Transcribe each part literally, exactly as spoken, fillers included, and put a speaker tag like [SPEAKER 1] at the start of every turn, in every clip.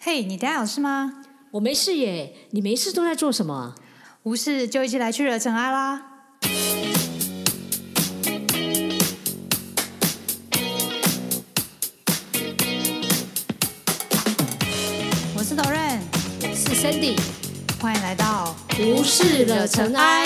[SPEAKER 1] 嘿，你等一下有事吗？
[SPEAKER 2] 我没事耶，你没事都在做什么啊？
[SPEAKER 1] 无事就一起来去惹尘埃啦！我是 Doreen，
[SPEAKER 2] 我是 Sandy，
[SPEAKER 1] 欢迎来到
[SPEAKER 2] 无事惹尘埃。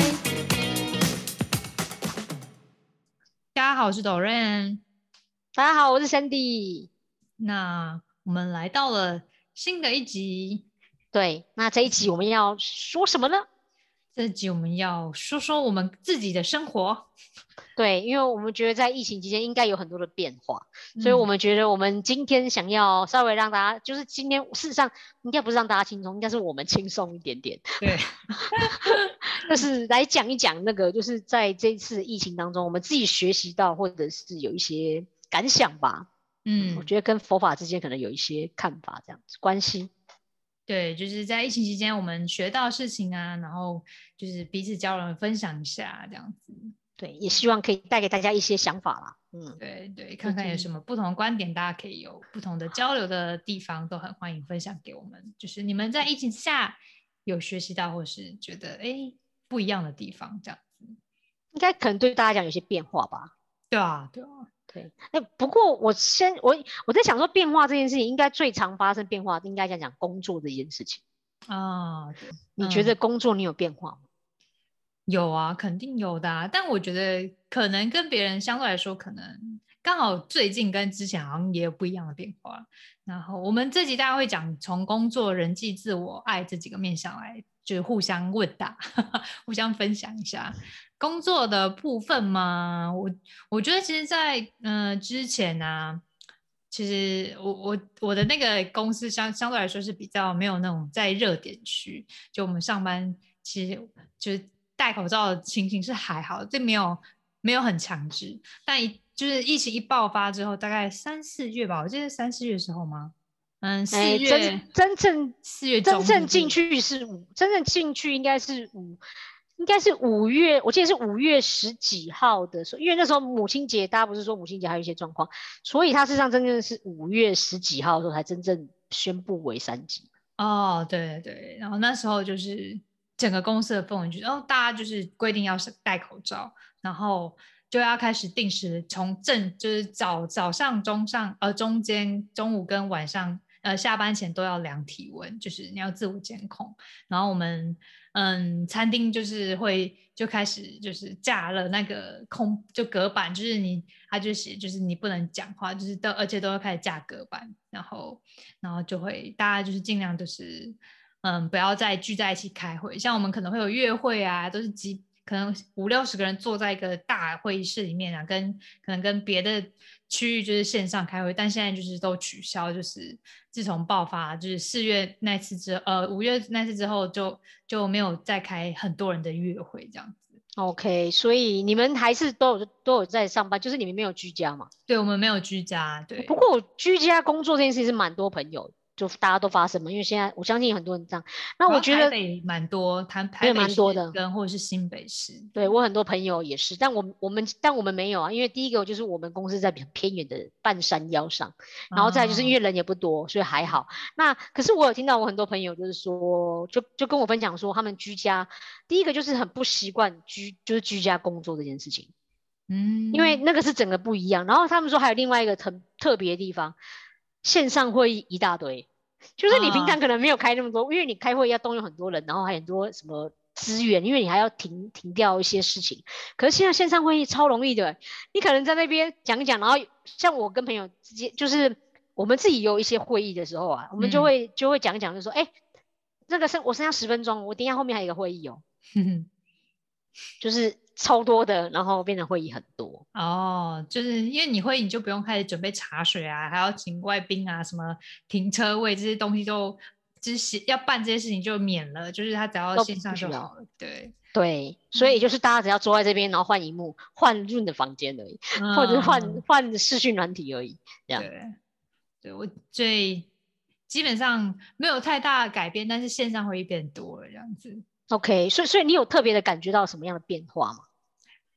[SPEAKER 1] 大家好，我是 Doreen。
[SPEAKER 3] 大家好，我是 Sandy。
[SPEAKER 1] 那我们来到了新的一集。
[SPEAKER 3] 对，那这一集我们要说什么呢？
[SPEAKER 1] 这集我们要说说我们自己的生活。
[SPEAKER 3] 对，因为我们觉得在疫情期间应该有很多的变化，
[SPEAKER 1] 嗯、
[SPEAKER 3] 所以我们觉得我们今天想要稍微让大家，就是今天事实上应该不是让大家轻松，应该是我们轻松一点点。
[SPEAKER 1] 对，
[SPEAKER 3] 就是来讲一讲那个，就是在这次疫情当中，我们自己学习到或者是有一些感想吧。嗯，我觉得跟佛法之间可能有一些看法这样子关系。
[SPEAKER 1] 对，就是在疫情期间我们学到的事情啊，然后就是彼此交流分享一下这样子。
[SPEAKER 3] 对，也希望可以带给大家一些想法啦。嗯，
[SPEAKER 1] 对对，看看有什么不同的观点，大家可以有不同的交流的地方，都很欢迎分享给我们。就是你们在疫情之下有学习到，或是觉得哎不一样的地方，这样子，
[SPEAKER 3] 应该可能对大家讲有些变化吧。
[SPEAKER 1] 对啊，对啊。
[SPEAKER 3] 对，哎，不过我先我我在想说，变化这件事情应该最常发生变化，应该讲讲工作这件事情
[SPEAKER 1] 啊。对，
[SPEAKER 3] 你觉得工作你有变化吗？
[SPEAKER 1] 嗯、有啊，肯定有的啊。但我觉得可能跟别人相对来说，可能刚好最近跟之前好像也有不一样的变化。然后我们这集大家会讲从工作、人际、自我、爱这几个面向来，就是互相问答，互相分享一下。工作的部分嘛，我我觉得其实在，在呃之前啊，其实我我我的那个公司相相对来说是比较没有那种在热点区，就我们上班其实就是戴口罩的情形是还好，这没有没有很强制，但一就是疫情一爆发之后，大概三四月吧，我记得三四月的时候吗？嗯，四月、
[SPEAKER 3] 欸、真真正
[SPEAKER 1] 四月中
[SPEAKER 3] 真正进去是五，真正进去应该是五。应该是五月，我记得是五月十几号的时候，因为那时候母亲节，大家不是说母亲节还有一些状况，所以它事实上真正是五月十几号的时候才真正宣布为三级。
[SPEAKER 1] 哦，对对，然后那时候就是整个公司的氛围就是，哦，大家就是规定要戴口罩，然后就要开始定时从正就是早早上、中上呃中间、中午跟晚上呃下班前都要量体温，就是你要自我监控，然后我们。嗯，餐厅就是会就开始就是架了那个空就隔板，就是你他就写就是你不能讲话，就是都而且都要开始架隔板，然后然后就会大家就是尽量就是嗯不要再聚在一起开会，像我们可能会有月会啊，都是几可能五六十个人坐在一个大会议室里面啊，跟可能跟别的区域就是线上开会，但现在就是都取消，就是自从爆发就是四月那次之呃五月那次之后就就没有再开很多人的月会这样子。
[SPEAKER 3] OK， 所以你们还是都有都有在上班，就是你们没有居家嘛？
[SPEAKER 1] 对，我们没有居家。对，
[SPEAKER 3] 不过我居家工作这件事情是蛮多朋友。就大家都发生嘛，因为现在我相信很多人这样。那我觉得
[SPEAKER 1] 台北蛮多，台台北市跟或者是新北市。
[SPEAKER 3] 对，我很多朋友也是，但我我们但我们没有啊，因为第一个就是我们公司在比较偏远的半山腰上，然后再就是因为人也不多，所以还好。那可是我有听到我很多朋友就是说，就就跟我分享说，他们居家，第一个就是很不习惯居就是居家工作这件事情，
[SPEAKER 1] 嗯，
[SPEAKER 3] 因为那个是整个不一样。然后他们说还有另外一个很特别的地方，线上会议一大堆。就是你平常可能没有开那么多，啊、因为你开会要动用很多人，然后还有很多什么资源，因为你还要停停掉一些事情。可是现在线上会议超容易的，你可能在那边讲一讲，然后像我跟朋友直接就是我们自己有一些会议的时候啊，我们就会、嗯、就会讲一讲，就说哎，那个剩我剩下十分钟，我等一下后面还有一个会议哦，就是超多的，然后变成会议很多
[SPEAKER 1] 哦，就是因为你会，你就不用开始准备茶水啊，还要请外宾啊，什么停车位这些东西都，就是要办这些事情就免了，就是他只要线上就好了。对对，
[SPEAKER 3] 所以就是大家只要坐在这边，然后换萤幕、换润的房间而已，嗯、或者是换换视讯软体而已。这样
[SPEAKER 1] 对，对我最基本上没有太大的改变，但是线上会议变多了这样子。
[SPEAKER 3] OK， 所以所以你有特别的感觉到什么样的变化吗？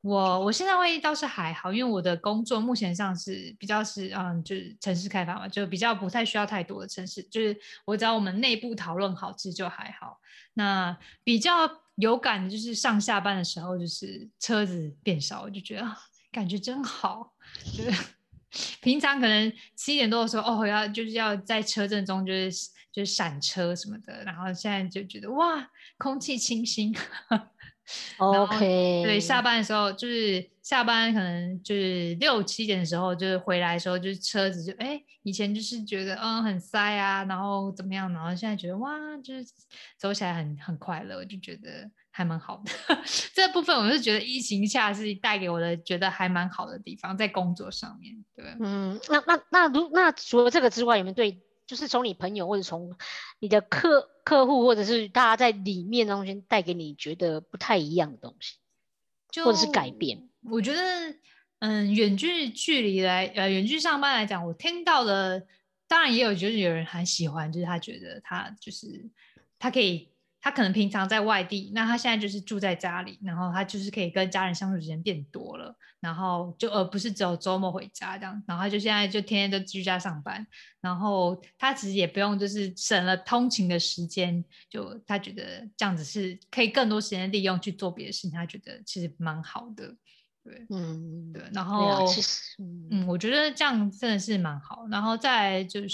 [SPEAKER 1] 我我现在会倒是还好，因为我的工作目前上是比较是嗯，就是城市开发嘛，就比较不太需要太多的城市，就是我只要我们内部讨论好，其实就还好。那比较有感的就是上下班的时候，就是车子变少，我就觉得啊，感觉真好。就是平常可能七点多的时候，哦，要就是要在车阵中就是就是闪车什么的，然后现在就觉得哇，空气清新。然后对，下
[SPEAKER 3] OK，
[SPEAKER 1] 班的时候就是下班可能就是六七点的时候，就是回来的时候，就是车子就哎，以前就是觉得嗯很塞啊，然后怎么样，然后现在觉得哇，就是走起来很很快乐，就觉得还蛮好的。这部分我是觉得疫情下是带给我的觉得还蛮好的地方，在工作上面。对。
[SPEAKER 3] 嗯，那那那如那除了这个之外，有没有对，就是从你朋友或者从你的客客户或者是大家在里面中间带给你觉得不太一样的东西，或者是改
[SPEAKER 1] 就
[SPEAKER 3] 变？
[SPEAKER 1] 我觉得，嗯，远距距离来，呃，远距上班来讲，我听到的，当然也有，就是有人很喜欢，就是他觉得他就是他可以，他可能平常在外地，那他现在就是住在家里，然后他就是可以跟家人相处时间变多了，然后就而不是只有周末回家这样，然后他就现在就天天都居家上班，然后他其实也不用就是省了通勤的时间，就他觉得这样子是可以更多时间利用去做别的事情，他觉得其实蛮好的。对
[SPEAKER 3] 嗯，
[SPEAKER 1] 对，然
[SPEAKER 3] 对啊，其
[SPEAKER 1] 后
[SPEAKER 3] 实，嗯
[SPEAKER 1] 嗯，我觉得这样真的是蛮好。然后再来就是，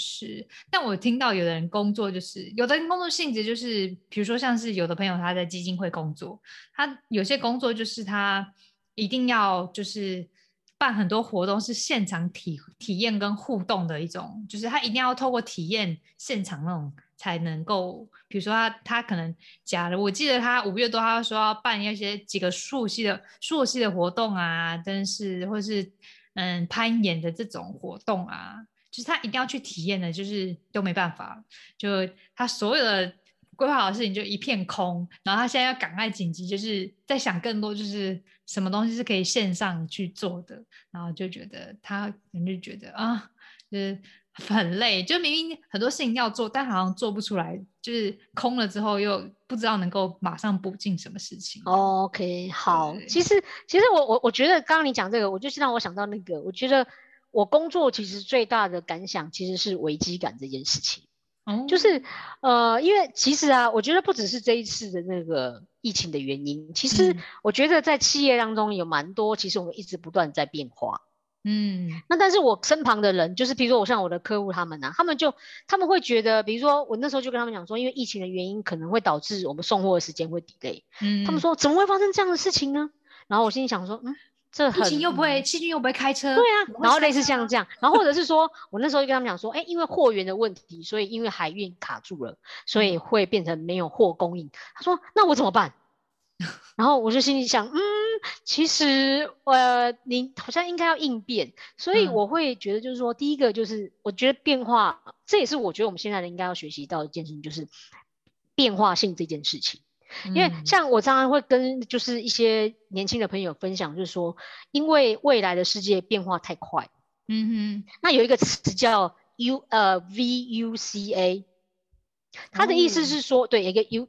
[SPEAKER 1] 但我听到有的人工作就是有的人工作性质就是，比如说像是有的朋友他在基金会工作，他有些工作就是他一定要就是办很多活动，是现场体体验跟互动的一种，就是他一定要透过体验现场那种才能够，比如说他他可能假的，我记得他五月多他说要办一些几个溯溪的溯溪的活动啊，真是或是嗯攀岩的这种活动啊，就是他一定要去体验的，就是都没办法，就他所有的规划好的事情就一片空，然后他现在要赶快紧急，就是在想更多，就是什么东西是可以线上去做的，然后就觉得他人就觉得啊，就是很累，就明明很多事情要做，但好像做不出来，就是空了之后又不知道能够马上补进什么事情这样。
[SPEAKER 3] ，OK，好。
[SPEAKER 1] 对。
[SPEAKER 3] 其实，其实我我我觉得刚刚你讲这个，我就是让我想到那个，我觉得我工作其实最大的感想其实是危机感这件事情。就
[SPEAKER 1] 哦。
[SPEAKER 3] 是呃，因为其实啊，我觉得不只是这一次的那个疫情的原因，其实
[SPEAKER 1] 嗯
[SPEAKER 3] 我觉得在企业当中有蛮多，其实我们一直不断在变化。
[SPEAKER 1] 嗯
[SPEAKER 3] 那但是我身旁的人，就是比如说我像我的客户他们啊，他们就他们会觉得，比如说我那时候就跟他们讲说，因为疫情的原因，可能会导致我们送货的时间会 delay。他们
[SPEAKER 1] 嗯，
[SPEAKER 3] 说怎么会发生这样的事情呢？然后我心里想说，嗯，这
[SPEAKER 1] 疫情又不会，
[SPEAKER 3] 很嗯，
[SPEAKER 1] 细菌又不会开车，
[SPEAKER 3] 对啊，
[SPEAKER 1] 怎么会
[SPEAKER 3] 然后类似
[SPEAKER 1] 是他这样啊？
[SPEAKER 3] 像这样，然后或者是说我那时候就跟他们讲说，哎，因为货源的问题，所以因为海运卡住了，所以
[SPEAKER 1] 嗯
[SPEAKER 3] 会变成没有货供应。他说那我怎么办？然后我就心里想，嗯，其实呃，你好像应该要应变，所以
[SPEAKER 1] 嗯
[SPEAKER 3] 我会觉得就是说，第一个就是我觉得变化，这也是我觉得我们现在人应该要学习到一件事情，就是变化性这件事情。因为
[SPEAKER 1] 嗯
[SPEAKER 3] 像我常常会跟就是一些年轻的朋友分享，就是说，因为未来的世界变化太快，
[SPEAKER 1] 嗯
[SPEAKER 3] 那有一个词叫 U 呃 V U C A，
[SPEAKER 1] 哼。
[SPEAKER 3] 它的意思
[SPEAKER 1] 哦。
[SPEAKER 3] 是说，对，一个 U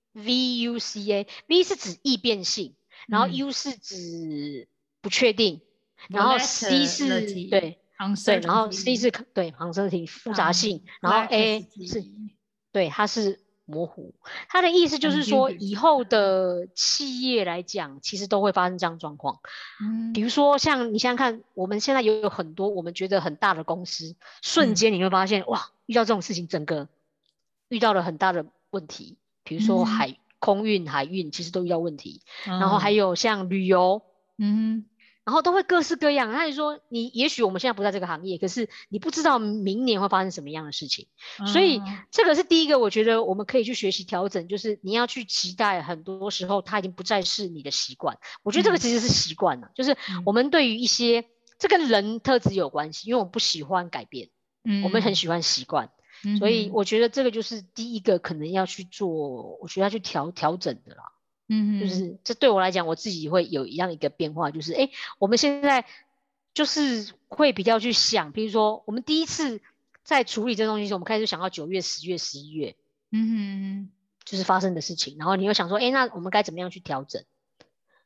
[SPEAKER 3] V U C A，V 是指易变性，然后
[SPEAKER 1] 嗯
[SPEAKER 3] U 是指不确定，然后 C 是
[SPEAKER 1] ，volatility、
[SPEAKER 3] 对对，然后 C
[SPEAKER 1] uncertainty、
[SPEAKER 3] 是对航生题复杂性，然后 A 是
[SPEAKER 1] complexity、
[SPEAKER 3] 对它是模糊。它的意思就是说，以
[SPEAKER 1] ambiguity。
[SPEAKER 3] 后的企业来讲，其实都会发生这样状况。比
[SPEAKER 1] 嗯
[SPEAKER 3] 如说，像你想想看，我们现在有很多我们觉得很大的公司，瞬
[SPEAKER 1] 嗯
[SPEAKER 3] 间你会发现，哇，遇到这种事情，整个遇到了很大的问题。比如说
[SPEAKER 1] 嗯
[SPEAKER 3] 海空运、海运，其实都遇到问题。然后还
[SPEAKER 1] 嗯
[SPEAKER 3] 有像旅游，
[SPEAKER 1] 嗯
[SPEAKER 3] 然后都会各式各样。他就说，你也许我们现在不在这个行业，可是你不知道明年会发生什么样的事情。所以
[SPEAKER 1] 嗯
[SPEAKER 3] 这个是第一个，我觉得我们可以去学习调整，就是你要去期待，很多时候它已经不再是你的习惯。我觉得这个
[SPEAKER 1] 嗯
[SPEAKER 3] 其实是习惯了，就是我
[SPEAKER 1] 嗯
[SPEAKER 3] 们对于一些这跟人特质有关系，因为我们不喜欢改变，我们很
[SPEAKER 1] 嗯
[SPEAKER 3] 喜欢习惯。所以
[SPEAKER 1] 嗯
[SPEAKER 3] 我觉得这个就是第一个可能要去做，我觉得要去调调整的啦。就
[SPEAKER 1] 嗯
[SPEAKER 3] 是这对我来讲，我自己会有一样一个变化，就是哎，我们现在就是会比较去想，比如说我们第一次在处理这东西时，我们开始想到九月、十月、十一月
[SPEAKER 1] 嗯
[SPEAKER 3] 就是发生的事情，然后你又想说，哎，那我们该怎么样去调整？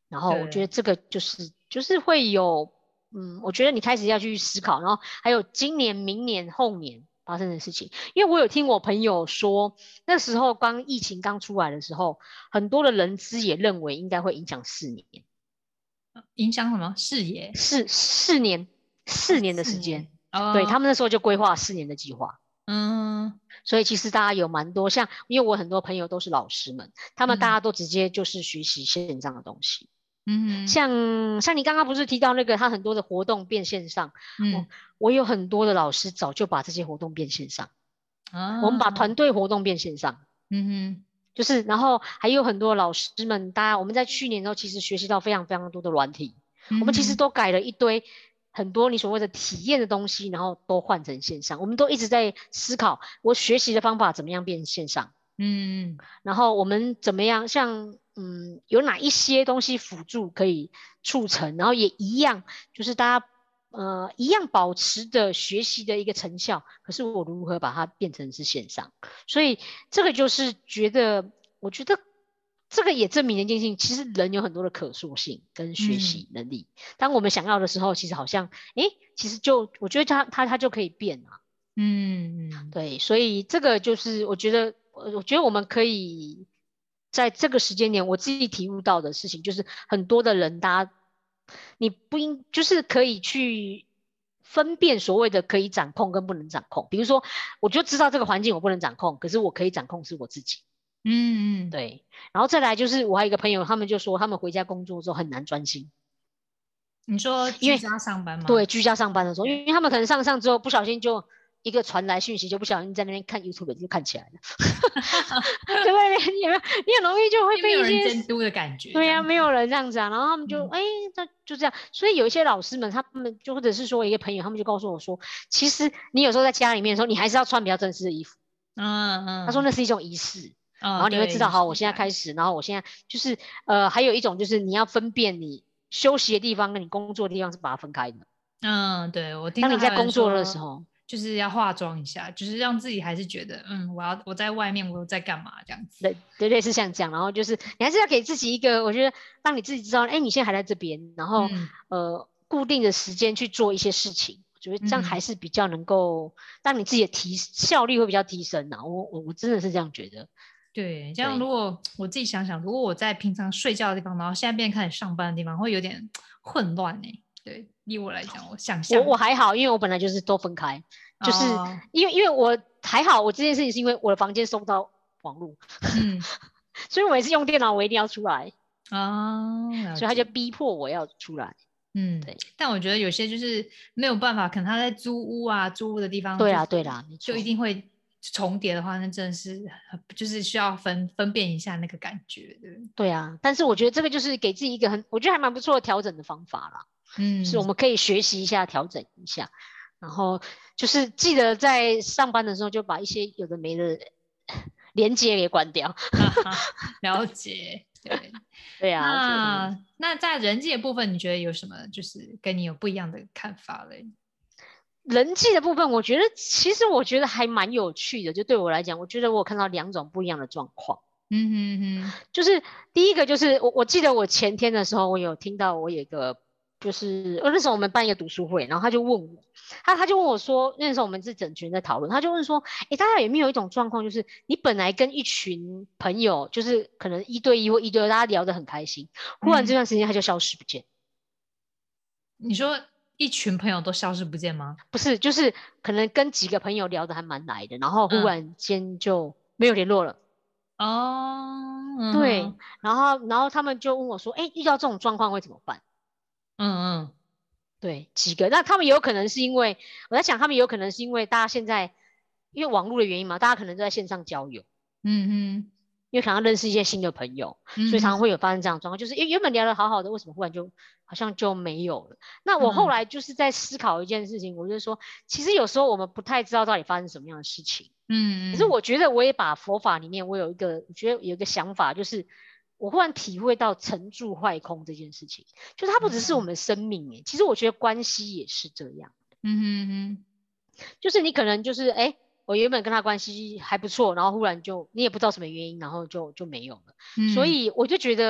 [SPEAKER 3] 然后我觉得这个就是就是会有，嗯，我觉得你开始要去思考，然后还有今年、明年、后年发生的事情。因为我有听我朋友说，那时候刚疫情刚出来的时候，很多的人资也认为应该会影响四年，
[SPEAKER 1] 影响什么视野？
[SPEAKER 3] 四四年四年的时间，
[SPEAKER 1] 哦，
[SPEAKER 3] 对，他们那时候就规划四年的计划。
[SPEAKER 1] 嗯，
[SPEAKER 3] 所以其实大家有蛮多像，因为我很多朋友都是老师们，他们大家都直接就是学习线上的东西。
[SPEAKER 1] 嗯，
[SPEAKER 3] 像像你刚刚不是提到那个他很多的活动变线上，
[SPEAKER 1] 嗯，
[SPEAKER 3] 我我有很多的老师早就把这些活动变线上，
[SPEAKER 1] 啊，
[SPEAKER 3] 我们把团队活动变线上，
[SPEAKER 1] 嗯哼，
[SPEAKER 3] 就是然后还有很多老师们，大家我们在去年的时候其实学习到非常非常多的软体，
[SPEAKER 1] 嗯、
[SPEAKER 3] 我们其实都改了一堆很多你所谓的体验的东西，然后都换成线上，我们都一直在思考我学习的方法怎么样变线上，
[SPEAKER 1] 嗯，
[SPEAKER 3] 然后我们怎么样像嗯有哪一些东西辅助可以促成，然后也一样就是大家呃一样保持的学习的一个成效，可是我如何把它变成是线上，所以这个就是觉得我觉得这个也证明了一件事情，其实人有很多的可塑性跟学习能力，嗯、当我们想要的时候，其实好像诶其实就我觉得它它它就可以变啊，
[SPEAKER 1] 嗯，
[SPEAKER 3] 对，所以这个就是我觉得我我觉得我们可以在这个时间点，我自己体悟到的事情，就是很多的人，大家你不应就是可以去分辨所谓的可以掌控跟不能掌控。比如说，我就知道这个环境我不能掌控，可是我可以掌控是我自己。
[SPEAKER 1] 嗯嗯，
[SPEAKER 3] 对，然后再来就是我还有一个朋友，他们就说他们回家工作之后很难专心。
[SPEAKER 1] 你说居家上班吗？
[SPEAKER 3] 对，居家上班的时候，因为他们可能上上之后不小心就一个传来讯息，就不小心在那边看 YouTube 就看起来了，对不对？你有没有？你很容易就会被一些
[SPEAKER 1] 没有人监督的感觉。
[SPEAKER 3] 对呀、啊，没有人这样子啊，然后他们就哎，那、嗯、就这样。所以有一些老师们，他们就或者是说一个朋友，他们就告诉我说，其实你有时候在家里面的时候，你还是要穿比较正式的衣服。
[SPEAKER 1] 嗯嗯。
[SPEAKER 3] 他说那是一种仪式。
[SPEAKER 1] 哦、
[SPEAKER 3] 然后你会知道，好，我现在开始，然后我现在就是呃，还有一种就是你要分辨你休息的地方跟你工作的地方是把它分开的。
[SPEAKER 1] 嗯，对，我听
[SPEAKER 3] 当你在工作的时候，
[SPEAKER 1] 就是要化妆一下，就是让自己还是觉得，嗯，我要我在外面，我在干嘛这样子。
[SPEAKER 3] 对对，类似像这样，然后就是你还是要给自己一个，我觉得让你自己知道，哎，你现在还在这边，然后、嗯、呃，固定的时间去做一些事情，我觉得这样还是比较能够让你自己的提效率会比较提升的。我我我真的是这样觉得。
[SPEAKER 1] 对，这样如果我自己想想，如果我在平常睡觉的地方，然后现在变开始上班的地方，会有点混乱哎、欸。对，以我来讲，我想象
[SPEAKER 3] 我我还好，因为我本来就是都分开，就是、哦、因为因为我还好，我这件事情是因为我的房间收不到网络，嗯，所以我每次用电脑我一定要出来啊，所以他就逼迫我要出来。
[SPEAKER 1] 嗯，对。但我觉得有些就是没有办法，可能他在租屋啊、租屋的地方，
[SPEAKER 3] 对啦对啦，
[SPEAKER 1] 就一定会重叠的话，那真的是就是需要分分辨一下那个感觉的。
[SPEAKER 3] 对啊，但是我觉得这个就是给自己一个很，我觉得还蛮不错的调整的方法啦。嗯，是我们可以学习一下，调整一下，然后就是记得在上班的时候就把一些有的没的连接给关掉。
[SPEAKER 1] 了解，对
[SPEAKER 3] 对啊。
[SPEAKER 1] 那那在人际的部分，你觉得有什么就是跟你有不一样的看法嘞？
[SPEAKER 3] 人际的部分，我觉得其实我觉得还蛮有趣的。就对我来讲，我觉得我有看到两种不一样的状况。嗯哼哼，就是第一个就是我我记得我前天的时候，我有听到我有一个就是那时候我们办一个读书会，然后他就问我，他他就问我说，那时候我们是整群在讨论，他就问说，哎，大家有没有一种状况，就是你本来跟一群朋友，就是可能一对一或一对二，大家聊得很开心，忽然这段时间他就消失不见。
[SPEAKER 1] 嗯、你说？一群朋友都消失不见吗？
[SPEAKER 3] 不是，就是可能跟几个朋友聊得还蛮来的，然后忽然间就没有联络了。
[SPEAKER 1] 哦、嗯，
[SPEAKER 3] 对，然后然后他们就问我说：“哎，遇到这种状况会怎么办？”
[SPEAKER 1] 嗯嗯，
[SPEAKER 3] 对，几个，那他们也有可能是因为我在想，他们有可能是因为大家现在因为网络的原因嘛，大家可能都在线上交友。嗯嗯。因为想要认识一些新的朋友，嗯、所以常常会有发生这样的状况，就是因为原本聊得好好的，为什么忽然就好像就没有了？那我后来就是在思考一件事情，嗯、我就说，其实有时候我们不太知道到底发生什么样的事情。嗯，可是我觉得我也把佛法里面我有一个，我觉得有一个想法，就是我忽然体会到成住坏空这件事情，就是它不只是我们生命哎、嗯，其实我觉得关系也是这样。嗯哼哼，就是你可能就是哎。欸我原本跟他关系还不错，然后忽然就你也不知道什么原因，然后就就没有了。嗯、所以我就觉得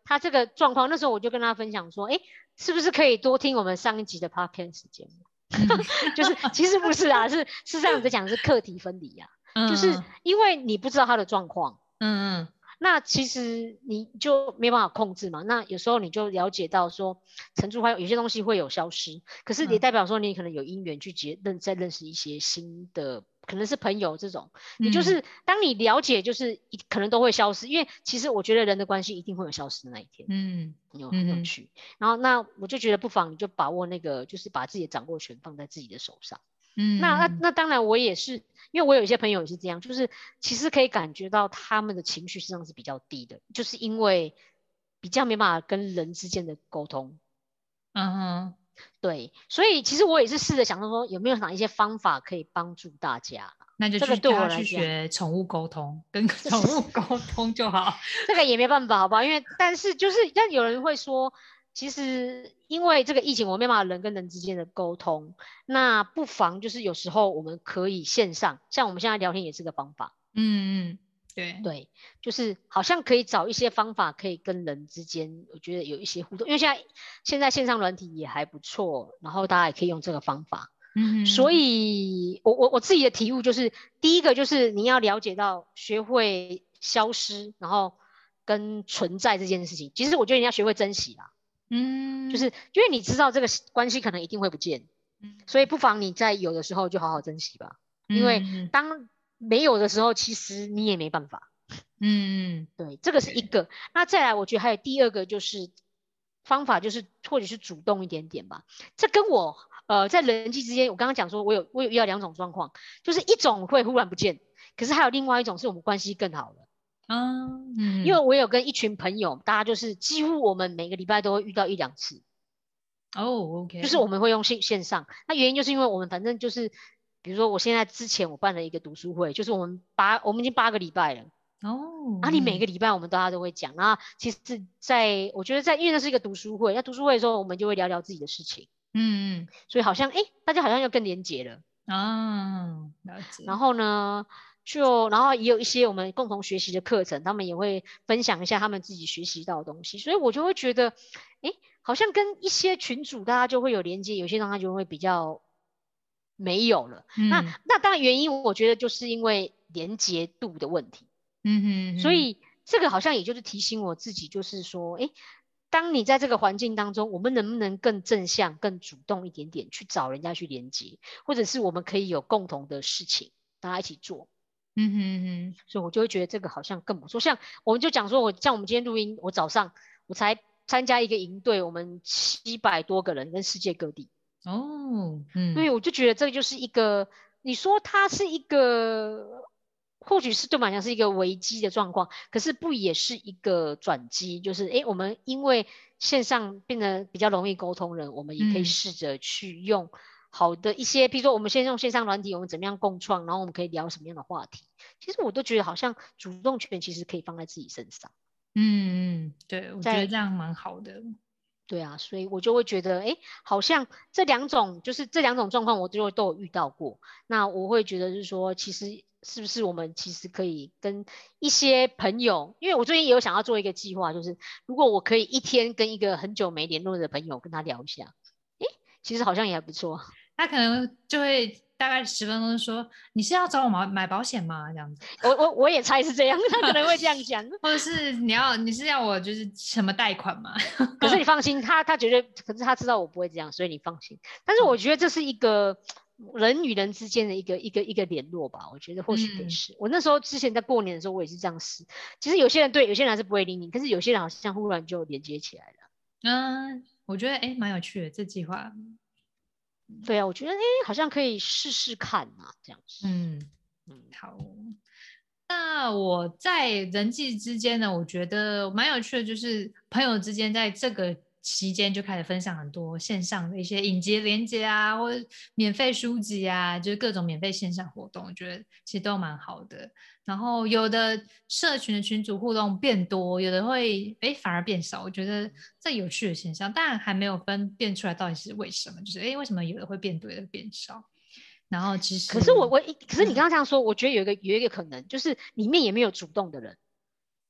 [SPEAKER 3] 他这个状况，那时候我就跟他分享说，哎，是不是可以多听我们上一集的 podcast 节目？就是其实不是啊，是是这样子讲，是课题分离啊，
[SPEAKER 1] 嗯、
[SPEAKER 3] 就是因为你不知道他的状况，
[SPEAKER 1] 嗯嗯，
[SPEAKER 3] 那其实你就没办法控制嘛。那有时候你就了解到说，程度还有有些东西会有消失，可是也代表说你可能有因缘去结认再认识一些新的，可能是朋友这种。你就是当你了解，就是可能都会消失，因为其实我觉得人的关系一定会有消失的那一天。
[SPEAKER 1] 嗯，
[SPEAKER 3] 有很有趣。然后那我就觉得不妨你就把握那个，就是把自己的掌握权放在自己的手上。
[SPEAKER 1] 嗯，
[SPEAKER 3] 那那那当然我也是，因为我有一些朋友也是这样，就是其实可以感觉到他们的情绪实际上是比较低的，就是因为比较没办法跟人之间的沟通。
[SPEAKER 1] 嗯哼，
[SPEAKER 3] 对，所以其实我也是试着想说，有没有哪一些方法可以帮助大家？
[SPEAKER 1] 那就去叫他去学宠物沟通，跟宠物沟通就好。
[SPEAKER 3] 这个也没办法，好不好？因为但是就是，但有人会说，其实因为这个疫情，我没办法人跟人之间的沟通，那不妨就是有时候我们可以线上，像我们现在聊天也是个方法。
[SPEAKER 1] 嗯嗯，对
[SPEAKER 3] 对，就是好像可以找一些方法，可以跟人之间，我觉得有一些互动，因为现在现在线上软体也还不错，然后大家也可以用这个方法。
[SPEAKER 1] 嗯，
[SPEAKER 3] 所以我我我自己的体悟就是，第一个就是你要了解到学会消失，然后跟存在这件事情。其实我觉得你要学会珍惜啦，
[SPEAKER 1] 嗯，
[SPEAKER 3] 就是因为你知道这个关系可能一定会不见，嗯，所以不妨你在有的时候就好好珍惜吧，因为当没有的时候，其实你也没办法。
[SPEAKER 1] 嗯，
[SPEAKER 3] 对，这个是一个。那再来，我觉得还有第二个就是方法，就是或者是主动一点点吧。这跟我呃在人际之间，我刚刚讲说我有我有遇到两种状况，就是一种会忽然不见，可是还有另外一种是我们关系更好了。
[SPEAKER 1] 嗯嗯，
[SPEAKER 3] 因为我有跟一群朋友，大家就是几乎我们每个礼拜都会遇到一两次。
[SPEAKER 1] 哦 ，OK，
[SPEAKER 3] 就是我们会用线线上，那原因就是因为我们反正就是，比如说我现在之前我办了一个读书会，就是我们八我们已经八个礼拜了。
[SPEAKER 1] 哦，
[SPEAKER 3] 然后你每个礼拜我们大家都会讲，然后其实在我觉得在因为那是一个读书会，那读书会的时候我们就会聊聊自己的事情，
[SPEAKER 1] 嗯嗯，
[SPEAKER 3] 所以好像哎大家好像又更连结了
[SPEAKER 1] 啊，了解。
[SPEAKER 3] 然后呢，就然后也有一些我们共同学习的课程，他们也会分享一下他们自己学习到的东西，所以我就会觉得，哎，好像跟一些群组大家就会有连接，有些让他就会比较没有了。
[SPEAKER 1] 嗯、
[SPEAKER 3] 那那当然原因我觉得就是因为连结度的问题。
[SPEAKER 1] 嗯哼哼，
[SPEAKER 3] 所以这个好像也就是提醒我自己，就是说，哎，当你在这个环境当中，我们能不能更正向、更主动一点点去找人家去连接，或者是我们可以有共同的事情，大家一起做。
[SPEAKER 1] 嗯哼哼，
[SPEAKER 3] 所以我就会觉得这个好像更不错。像我们就讲说我，像我们今天录音，我早上我才参加一个营队，我们七百多个人跟世界各地。
[SPEAKER 1] 哦，嗯，
[SPEAKER 3] 对，我就觉得这就是一个，你说它是一个。或许是对我们来讲是一个危机的状况，可是不也是一个转机？就是诶，我们因为线上变得比较容易沟通人，我们也可以试着去用好的一些，比如说我们先用线上软体，我们怎么样共创，然后我们可以聊什么样的话题？其实我都觉得好像主动权其实可以放在自己身上。
[SPEAKER 1] 嗯嗯，对，我觉得这样蛮好的。
[SPEAKER 3] 对啊，所以我就会觉得，哎，好像这两种就是这两种状况，我就都有遇到过。那我会觉得是说，其实是不是我们其实可以跟一些朋友，因为我最近也有想要做一个计划，就是如果我可以一天跟一个很久没联络的朋友跟他聊一下，哎，其实好像也还不错。
[SPEAKER 1] 他可能就会大概十分钟说：“你是要找我买买保险吗？”这样子。
[SPEAKER 3] 我我我也猜是这样，他可能会这样讲，
[SPEAKER 1] 或者是你要你是要我就是什么贷款吗？
[SPEAKER 3] 可是你放心，他他绝对，可是他知道我不会这样，所以你放心。但是我觉得这是一个人与人之间的一个一个一个联络吧，我觉得或许得是。嗯、我那时候之前在过年的时候，我也是这样试。其实有些人对，有些人还是不会理你，可是有些人好像忽然就连接起来了。
[SPEAKER 1] 嗯，我觉得哎蛮有趣的这计划。
[SPEAKER 3] 对啊，我觉得哎好像可以试试看啊，这样子。
[SPEAKER 1] 嗯嗯，好。那我在人际之间呢，我觉得蛮有趣的，就是朋友之间在这个期间就开始分享很多线上的一些影集连接啊，或者免费书籍啊，就是各种免费线上活动，我觉得其实都蛮好的。然后有的社群的群组互动变多，有的会哎反而变少，我觉得这有趣的现象，但还没有分辨出来到底是为什么，就是哎为什么有的会变多，有的变少。然后其实，
[SPEAKER 3] 可是我我可是你刚刚这样说，嗯、我觉得有一个有一个可能，就是里面也没有主动的人。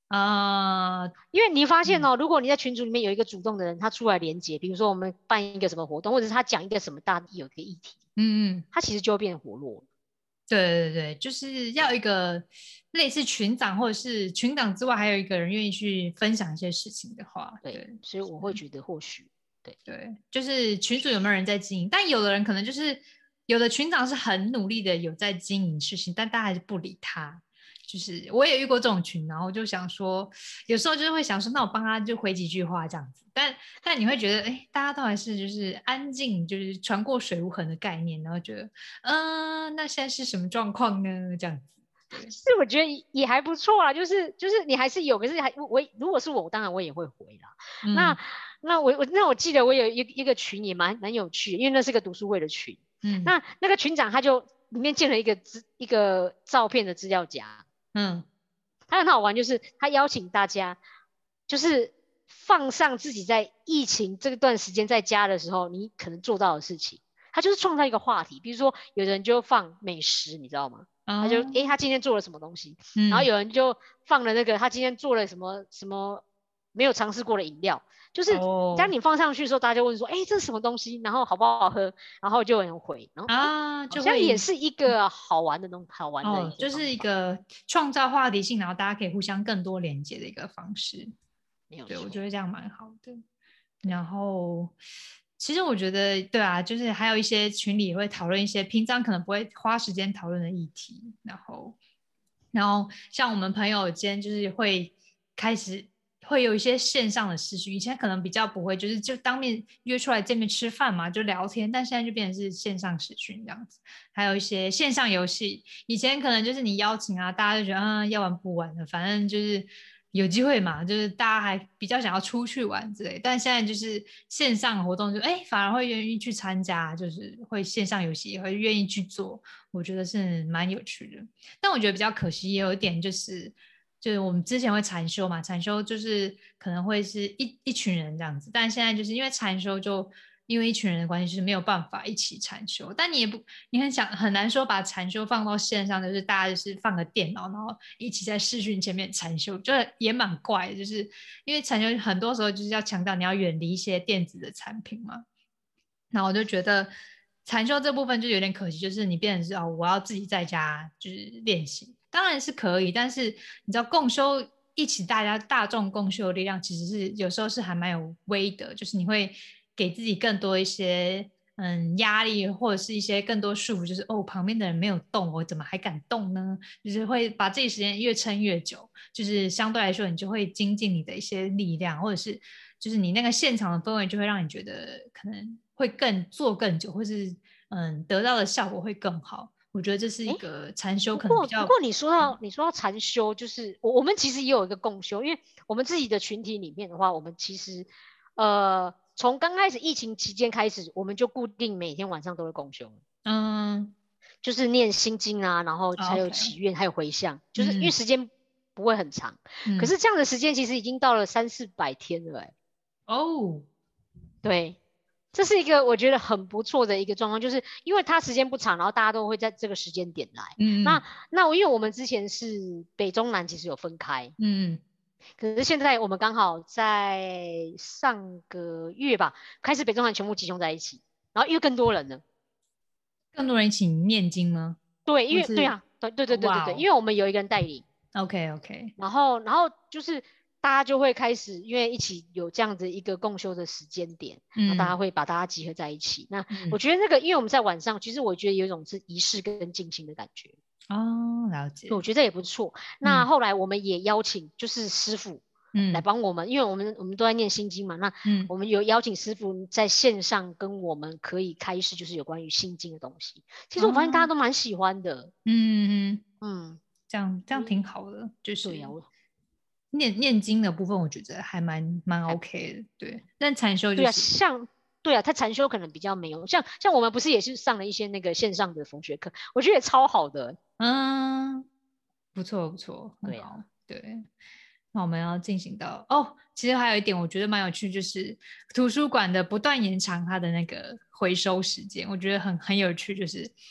[SPEAKER 1] 啊、呃，
[SPEAKER 3] 因为你发现哦、嗯，如果你在群组里面有一个主动的人，他出来连接，比如说我们办一个什么活动，或者是他讲一个什么大有一个议题，
[SPEAKER 1] 嗯嗯，
[SPEAKER 3] 他其实就会变活络。
[SPEAKER 1] 对对对，就是要一个类似群长，或者是群长之外，还有一个人愿意去分享一些事情的话，对，
[SPEAKER 3] 对，所以我会觉得或许，对
[SPEAKER 1] 对，就是群主有没有人在经营，但有的人可能就是有的群长是很努力的有在经营事情，但大家还是不理他。就是我也遇过这种群，然后我就想说，有时候就是会想说，那我帮他就回几句话这样子，但但你会觉得，哎，大家都还是就是安静，就是船过水无痕的概念，然后觉得，嗯、呃，那现在是什么状况呢？这样子。
[SPEAKER 3] 是我觉得也还不错啦，就是就是你还是有，可是还我如果是我，当然我也会回啦。嗯、那那我我那我记得我有一一个群也蛮蛮有趣的，因为那是个读书会的群。嗯，那那个群长他就里面建了一个资一个照片的资料夹。嗯，他很好玩，就是他邀请大家，就是放上自己在疫情这段时间在家的时候你可能做到的事情。他就是创造一个话题，比如说有人就放美食，你知道吗？他就诶，他今天做了什么东西，嗯、然后有人就放了那个他今天做了什么什么没有尝试过的饮料，就是当你放上去的时候，大家就问说，诶，这是什么东西？然后好不好喝？然后就有人回，然后啊，好像也是一个好玩的东好玩的、
[SPEAKER 1] 哦，就是一个创造话题性，然后大家可以互相更多连接的一个方式。对，我觉得这样蛮好的。然后。其实我觉得，对啊，就是还有一些群里也会讨论一些平常可能不会花时间讨论的议题，然后，然后像我们朋友间就是会开始会有一些线上的视讯，以前可能比较不会，就是就当面约出来见面吃饭嘛，就聊天，但现在就变成是线上视讯这样子，还有一些线上游戏，以前可能就是你邀请啊，大家就觉得嗯要玩不玩的，反正就是。有机会嘛，就是大家还比较想要出去玩之类，但现在就是线上活动就哎反而会愿意去参加，就是会线上游戏也会愿意去做，我觉得是蛮有趣的。但我觉得比较可惜也有一点就是，就是我们之前会禅修嘛，禅修就是可能会是一一群人这样子，但现在就是因为禅修就。因为一群人的关系，就是没有办法一起禅修。但你也不，你很想很难说把禅修放到线上，就是大家就是放个电脑，然后一起在视讯前面禅修，就也蛮怪的。就是因为禅修很多时候就是要强调你要远离一些电子的产品嘛。然后我就觉得禅修这部分就有点可惜，就是你变成是哦，我要自己在家就是练习，当然是可以，但是你知道共修一起大家大众共修的力量，其实是有时候是还蛮有威的，就是你会。给自己更多一些嗯压力，或者是一些更多束缚，就是哦旁边的人没有动，我怎么还敢动呢？就是会把自己时间越撑越久，就是相对来说你就会精进你的一些力量，或者是就是你那个现场的氛围就会让你觉得可能会更做更久，或是嗯得到的效果会更好。我觉得这是一个禅修可能比较。
[SPEAKER 3] 不过，不过你说到你说到禅修，就是我我们其实也有一个共修，因为我们自己的群体里面的话，我们其实呃。从刚开始疫情期间开始，我们就固定每天晚上都会共修，嗯，就是念心经啊，然后还有祈愿， okay. 还有回向，就是因为时间不会很长，嗯、可是这样的时间其实已经到了三四百天了、欸，哎，哦，对，这是一个我觉得很不错的一个状况，就是因为它时间不长，然后大家都会在这个时间点来，嗯，那那因为我们之前是北中南其实有分开，嗯。可是现在我们刚好在上个月吧，开始北中南全部集中在一起，然后因为更多人了，
[SPEAKER 1] 更多人一起念经吗？
[SPEAKER 3] 对，因为对啊，对对对对对对， wow. 因为我们有一个人带领
[SPEAKER 1] ，OK OK，
[SPEAKER 3] 然后然后就是大家就会开始，因为一起有这样子一个共修的时间点，嗯，然后大家会把大家集合在一起。那、嗯、我觉得那个，因为我们在晚上，其实我觉得有一种是仪式跟静心的感觉。
[SPEAKER 1] 哦，了解。
[SPEAKER 3] 我觉得也不错。那后来我们也邀请就是师父，嗯，来帮我们，因为我们我们都在念心经嘛，那我们有邀请师父在线上跟我们可以开始就是有关于心经的东西。其实我发现大家都蛮喜欢的，
[SPEAKER 1] 嗯嗯嗯，这样这样挺好的，就是对呀、啊，念念经的部分我觉得还蛮蛮 OK 的，对。但禅修就是
[SPEAKER 3] 对啊，像。对啊，他禅修可能比较没有，像像我们不是也是上了一些那个线上的佛学课，我觉得也超好的。
[SPEAKER 1] 嗯，不错不错，很好。对啊，对。那我们要进行到哦，其实还有一点我觉得蛮有趣，就是图书馆的不断延长它的那个回收时间，我觉得很很有趣。就是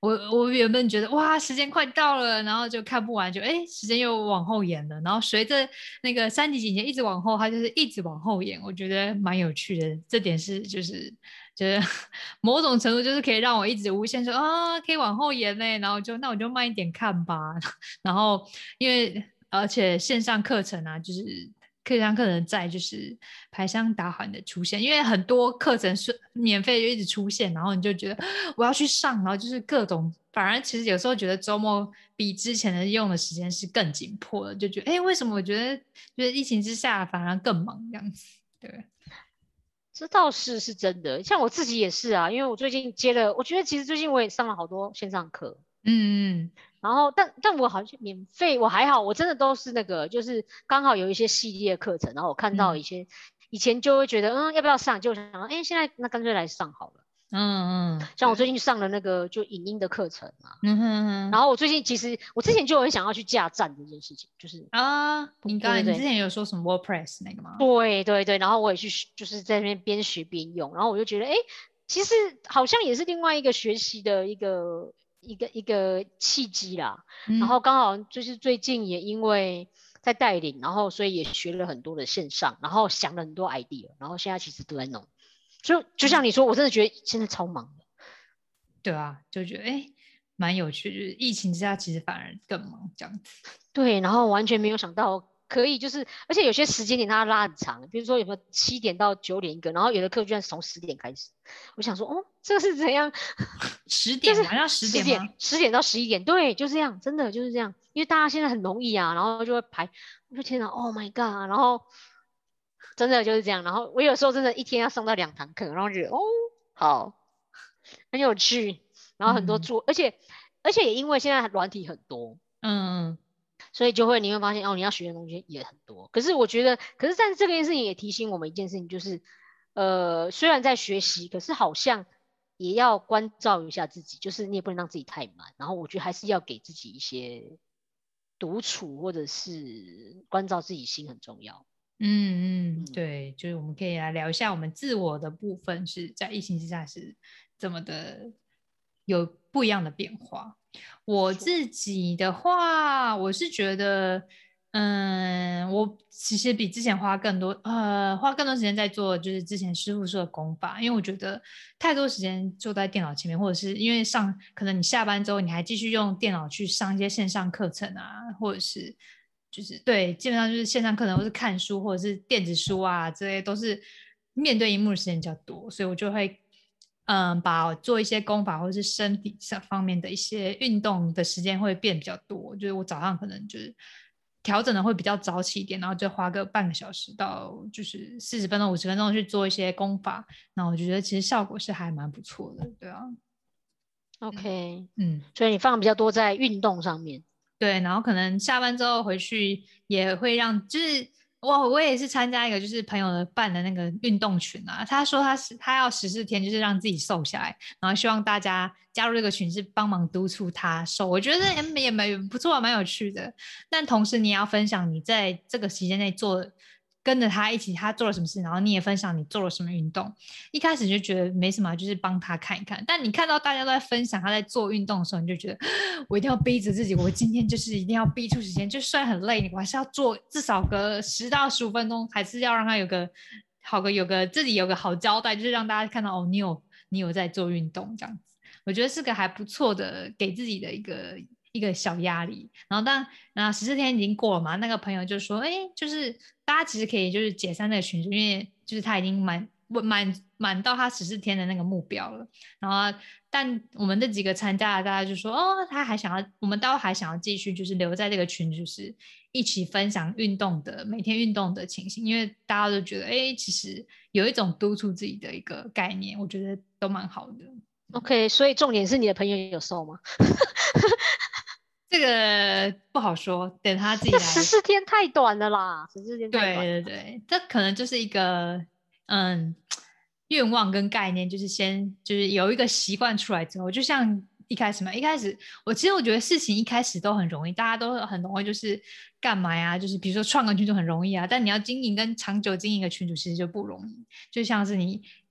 [SPEAKER 1] 我我原本觉得哇时间快到了，然后就看不完，就哎时间又往后延了，然后随着那个三级警戒一直往后，它就是一直往后延，我觉得蛮有趣的。这点是就是就是某种程度就是可以让我一直无限说啊可以往后延嘞，然后就那我就慢一点看吧。然后因为而且线上课程啊，就是课上课程在就是排山倒海的出现，因为很多课程是免费就一直出现，然后你就觉得我要去上，然后就是各种，反而其实有时候觉得周末比之前的用的时间是更紧迫的，就觉得哎，为什么我觉得觉得疫情之下反而更忙这样子？对，
[SPEAKER 3] 这倒是是真的，像我自己也是啊，因为我最近接了，我觉得其实最近我也上了好多线上课，
[SPEAKER 1] 嗯嗯
[SPEAKER 3] 然后但但我好像免费，我还好，我真的都是那个，就是刚好有一些系列课程，然后我看到
[SPEAKER 1] 嗯
[SPEAKER 3] 一些以前就会觉得嗯要不要上，就想说哎现在那干脆来上好了。
[SPEAKER 1] 嗯嗯，
[SPEAKER 3] 像我最
[SPEAKER 1] 对，
[SPEAKER 3] 近上了那个就影音的课程嘛，
[SPEAKER 1] 嗯哼哼
[SPEAKER 3] 然后我最近其实我之前就很想要去架站这件事情，就是
[SPEAKER 1] 啊，你刚才
[SPEAKER 3] 对对对
[SPEAKER 1] 你之前有说什么 WordPress 那个吗？
[SPEAKER 3] 对对对，然后我也去学就是在那边边学边用，然后我就觉得哎，其实好像也是另外一个学习的一个一个一个契机啦。然后
[SPEAKER 1] 嗯
[SPEAKER 3] 刚好就是最近也因为在带领，然后所以也学了很多的线上，然后想了很多 idea，然后现在其实都在弄。就就像
[SPEAKER 1] 嗯，
[SPEAKER 3] 你说，我真的觉得现在超忙的。
[SPEAKER 1] 对啊，就觉得哎蛮有趣，就是疫情之下其实反而更忙这样子。
[SPEAKER 3] 对，然后完全没有想到可以就是，而且有些时间点它拉很长，比如说有没有七点到九点一个，然后有的课居然从十点开始，我想说，哦，这是怎样？
[SPEAKER 1] 十
[SPEAKER 3] 就是
[SPEAKER 1] 点晚上十
[SPEAKER 3] 十点
[SPEAKER 1] 点吗？
[SPEAKER 3] 十点到十一点，对，就这样，真的就是这样，因为大家现在很容易啊，然后就会排，我就天哪，Oh my god，然后真的就是这样，然后我有时候真的一天要上到两堂课，然后觉得哦，好，很有趣，然后很多
[SPEAKER 1] 嗯
[SPEAKER 3] 做，而且而且也因为现在软体很多。
[SPEAKER 1] 嗯
[SPEAKER 3] 所以就会你会发现哦，你要学的东西也很多。可是我觉得，可是但是这件事情也提醒我们一件事情，就是呃，虽然在学习，可是好像也要关照一下自己，就是你也不能让自己太满。然后我觉得还是要给自己一些独处，或者是关照自己心很重要。
[SPEAKER 1] 嗯嗯，
[SPEAKER 3] 嗯，
[SPEAKER 1] 对，就是我们可以来聊一下我们自我的部分是在疫情之下是怎么的有不一样的变化。我
[SPEAKER 3] 说
[SPEAKER 1] 自己的话，我是觉得，嗯，我其实比之前花更多，呃，花更多时间在做就是之前师傅说的功法，因为我觉得太多时间坐在电脑前面，或者是因为上，可能你下班之后你还继续用电脑去上一些线上课程啊，或者是就是对，基本上就是线上课程或是看书或者是电子书啊，这些都是面对荧幕的时间比较多，所以我就会。嗯，把做一些功法或者是身体上方面的一些运动的时间会变比较多。就是我早上可能就是调整的会比较早起一点，然后就花个半个小时到就是四十分钟、五十分钟去做一些功法。那我觉得其实效果是还蛮不错的，对啊，嗯
[SPEAKER 3] ，OK，
[SPEAKER 1] 嗯。
[SPEAKER 3] 所以你放比较多在运动上面。
[SPEAKER 1] 对，然后可能下班之后回去也会让，就是我我也是参加一个就是朋友的办的那个运动群啊，他说他是他要十四天就是让自己瘦下来，然后希望大家加入这个群是帮忙督促他瘦，我觉得也也蛮不错，蛮有趣的。但同时你也要分享你在这个时间内做跟着他一起他做了什么事，然后你也分享你做了什么运动。一开始就觉得没什么，就是帮他看一看。但你看到大家都在分享他在做运动的时候，你就觉得我一定要逼着自己，我今天就是一定要逼出时间，就算很累，我还是要做至少个十到十五分钟，还是要让他有个好个有个自己有个好交代，就是让大家看到哦，你有你有在做运动这样子。我觉得是个还不错的给自己的一个一个小压力。然后当那十四天已经过了嘛，那个朋友就说，哎，就是大家其实可以就是解散那个群组，因为就是他已经满满满到他十四天的那个目标了。然后但我们这几个参加的大家就说，哦，他还想要，我们都还想要继续就是留在这个群，就是一起分享运动的每天运动的情形，因为大家都觉得，哎，其实有一种督促自己的一个概念，我觉得都蛮好的。
[SPEAKER 3] OK，所以重点是你的朋友有瘦吗？
[SPEAKER 1] 这个不好说，等他自己
[SPEAKER 3] 这十
[SPEAKER 1] 来。
[SPEAKER 3] 四天太短了啦，十四天太短了。
[SPEAKER 1] 对对对，这可能就是一个嗯愿望跟概念，就是先就是有一个习惯出来之后，就像一开始嘛，一开始我其实我觉得事情一开始都很容易，大家都很容易就是干嘛呀，就是比如说创个群组很容易啊，但你要经营跟长久经营一个群组其实就不容易，就像是你。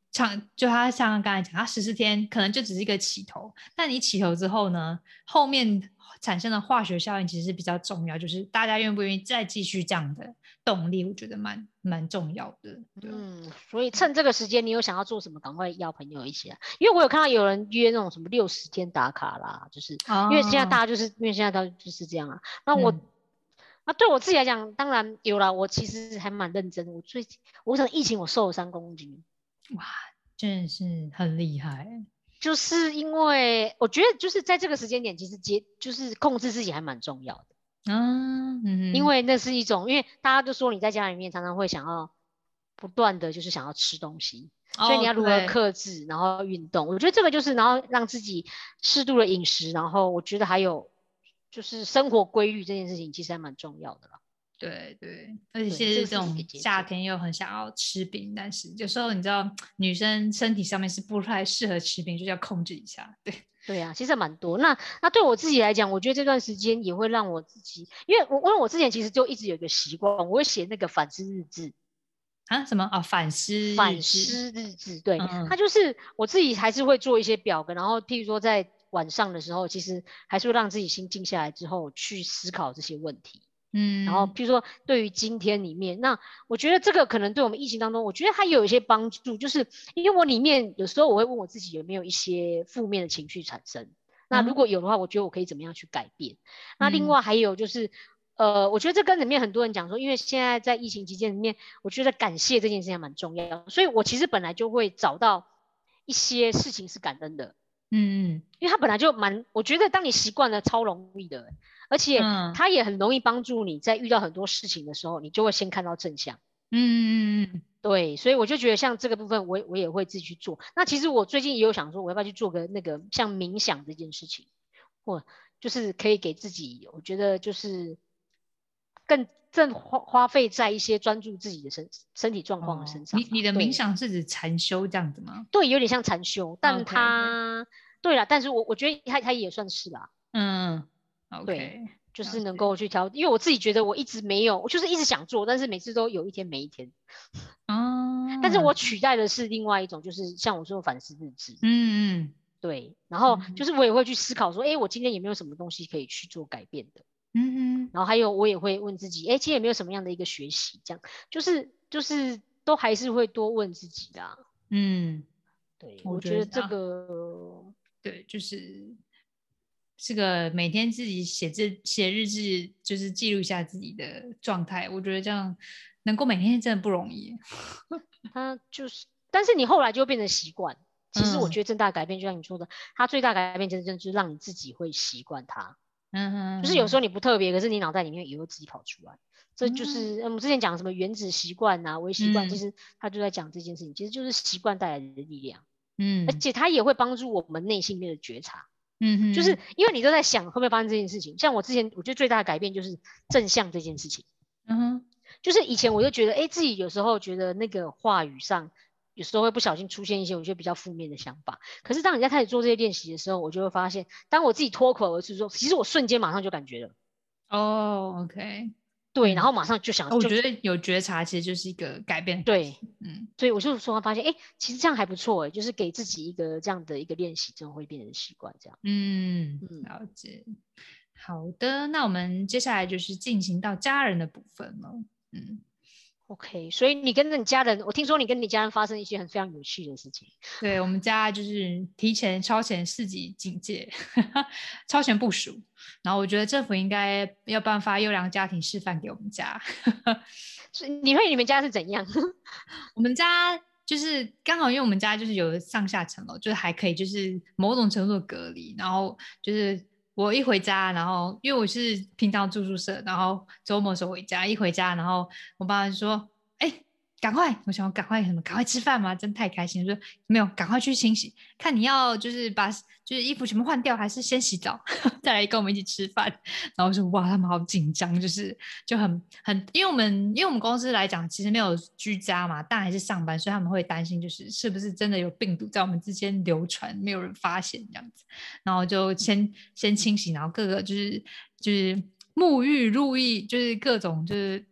[SPEAKER 1] 长就他像刚才讲，他十四天可能就只是一个起头，但你起头之后呢，后面产生的化学效应其实是比较重要，就是大家愿不愿意再继续这样的动力，我觉得蛮蛮重要的。对，
[SPEAKER 3] 嗯，所以趁这个时间，你有想要做什么，赶快邀朋友一起来。因为我有看到有人约那种什么六十天打卡啦，就是因为现在大
[SPEAKER 1] 哦，
[SPEAKER 3] 家就是因为现在大家就是这样啊。那我、
[SPEAKER 1] 嗯，
[SPEAKER 3] 那对我自己来讲，当然有啦，我其实还蛮认真的。我最我整疫情我瘦了三公斤，
[SPEAKER 1] 哇，真的是很厉害。
[SPEAKER 3] 就是因为我觉得就是在这个时间点，其实节就是控制自己还蛮重要的。
[SPEAKER 1] 嗯嗯哼，
[SPEAKER 3] 因为那是一种，因为大家都说你在家里面常常会想要不断的就是想要吃东西，所以你
[SPEAKER 1] 哦，
[SPEAKER 3] 要如何
[SPEAKER 1] 对
[SPEAKER 3] 克制，然后运动，我觉得这个就是然后让自己适度的饮食，然后我觉得还有就是生活规律这件事情其实还蛮重要的啦。
[SPEAKER 1] 对对，而且
[SPEAKER 3] 对，
[SPEAKER 1] 现在
[SPEAKER 3] 这个是一个
[SPEAKER 1] 这种
[SPEAKER 3] 节奏。
[SPEAKER 1] 夏天又很想要吃冰，但是有时候你知道女生身体上面是不太适合吃冰，就是要控制一下。对
[SPEAKER 3] 对啊，其实蛮多。那那对我自己来讲，我觉得这段时间也会让我自己，因为我因为我之前其实就一直有一个习惯，我会写那个反思日志。
[SPEAKER 1] 啊，什么啊？反思日
[SPEAKER 3] 反
[SPEAKER 1] 志，
[SPEAKER 3] 思日志，对，它
[SPEAKER 1] 嗯
[SPEAKER 3] 就是我自己还是会做一些表格，然后譬如说在晚上的时候，其实还是会让自己心静下来之后去思考这些问题。然后
[SPEAKER 1] 嗯
[SPEAKER 3] 譬如说对于今天里面，那我觉得这个可能对我们疫情当中，我觉得它也有一些帮助，就是因为我里面有时候我会问我自己有没有一些负面的情绪产生，那如
[SPEAKER 1] 嗯
[SPEAKER 3] 果有的话，我觉得我可以怎么样去改变。那另
[SPEAKER 1] 嗯
[SPEAKER 3] 外还有就是。呃，我觉得这跟里面很多人讲说，因为现在在疫情期间里面，我觉得感谢这件事情还蛮重要的，所以我其实本来就会找到一些事情是感恩的，
[SPEAKER 1] 嗯
[SPEAKER 3] 因为它本来就蛮，我觉得当你习惯了超容易的，而且
[SPEAKER 1] 嗯
[SPEAKER 3] 它也很容易帮助你在遇到很多事情的时候，你就会先看到正向。
[SPEAKER 1] 嗯嗯
[SPEAKER 3] 对，所以我就觉得像这个部分我，我也会自己去做。那其实我最近也有想说，我要不要去做个那个像冥想这件事情，或就是可以给自己，我觉得就是更更花花费在一些专注自己的身身体状况的
[SPEAKER 1] 哦，
[SPEAKER 3] 身上啦。
[SPEAKER 1] 你你的冥
[SPEAKER 3] 对
[SPEAKER 1] 想是指禅修这样子吗
[SPEAKER 3] 对，有点像禅修，但
[SPEAKER 1] ？OK OK，
[SPEAKER 3] 它对啦，但是我我觉得它它也算是啦。
[SPEAKER 1] 嗯
[SPEAKER 3] 对，
[SPEAKER 1] ，OK，
[SPEAKER 3] 就是能
[SPEAKER 1] 了解。
[SPEAKER 3] 够去调，因为我自己觉得我一直没有，我就是一直想做，但是每次都有一天没一天。但是
[SPEAKER 1] 哦，
[SPEAKER 3] 我取代的是另外一种，就是像我说的反思日志。
[SPEAKER 1] 嗯
[SPEAKER 3] 对，然后
[SPEAKER 1] 嗯
[SPEAKER 3] 就是我也会去思考说，哎，我今天有没有什么东西可以去做改变的？
[SPEAKER 1] 嗯嗯
[SPEAKER 3] 然后还有我也会问自己，哎，今天有没有什么样的一个学习？这样就是就是都还是会多问自己的啊。
[SPEAKER 1] 嗯，
[SPEAKER 3] 对，
[SPEAKER 1] 我
[SPEAKER 3] 我觉得这
[SPEAKER 1] 觉得啊，
[SPEAKER 3] 个
[SPEAKER 1] 对，就是这个每天自己写字写日志，就是记录一下自己的状态。我觉得这样能够每天真的不容易。
[SPEAKER 3] 它就是，但是你后来就会变成习惯。其实我
[SPEAKER 1] 嗯
[SPEAKER 3] 觉得最大的改变，就像你说的，它最大改变真正就是让你自己会习惯它。就是有时候
[SPEAKER 1] 嗯
[SPEAKER 3] 你不特别，可是你脑袋里面也会自己跑出来。这就
[SPEAKER 1] 嗯
[SPEAKER 3] 是我们之前讲什么原子习惯啊、微习惯，其
[SPEAKER 1] 嗯
[SPEAKER 3] 实他就在讲这件事情，其实就是习惯带来的力量，而
[SPEAKER 1] 嗯
[SPEAKER 3] 且它也会帮助我们内心面的觉察。就是
[SPEAKER 1] 嗯嗯
[SPEAKER 3] 因为你都在想会不会发生这件事情，像我之前我觉得最大的改变就是正向这件事情。
[SPEAKER 1] 嗯
[SPEAKER 3] 就是以前我就觉得，哎，自己有时候觉得那个话语上，有时候会不小心出现一些我觉得比较负面的想法。可是当你在开始做这些练习的时候，我就会发现，当我自己脱口而出说，其实我瞬间马上就感觉了，
[SPEAKER 1] 哦，OK，
[SPEAKER 3] 对，然
[SPEAKER 1] 嗯，
[SPEAKER 3] 后马上就想就
[SPEAKER 1] 我觉得有觉察其实就是一个改变的开始。
[SPEAKER 3] 对，
[SPEAKER 1] 嗯
[SPEAKER 3] 所以我就说发现，哎，其实这样还不错，哎，就是给自己一个这样的一个练习，之后会变成习惯，这样。
[SPEAKER 1] 嗯，
[SPEAKER 3] 嗯
[SPEAKER 1] 了解。好的，那我们接下来就是进行到家人的部分了。嗯。
[SPEAKER 3] ，OK，所以你跟你家人，我听说你跟你家人发生一些很非常有趣的事情。
[SPEAKER 1] 对，我们家就是提前超前四级警戒，超前部署。然后我觉得政府应该要颁发优良家庭示范给我们家。
[SPEAKER 3] 所以你会你们家是怎样？
[SPEAKER 1] 我们家就是刚好，因为我们家就是有上下层楼，就是还可以，就是某种程度的隔离。然后就是我一回家，然后因为我是平常住宿舍，然后周末的时候回家，一回家，然后我爸爸就说：“哎、赶快！”我想要赶快什么？赶快吃饭吗？真太开心！我说没有，赶快去清洗。看你要就是把就是衣服全部换掉，还是先洗澡再来跟我们一起吃饭？然后我说哇，他们好紧张，就是就很很，因为我们因为我们公司来讲，其实没有居家嘛，但还是上班，所以他们会担心，就是是不是真的有病毒在我们之间流传，没有人发现这样子。然后就先先清洗，然后各个就是就是沐浴、入浴，就是各种就是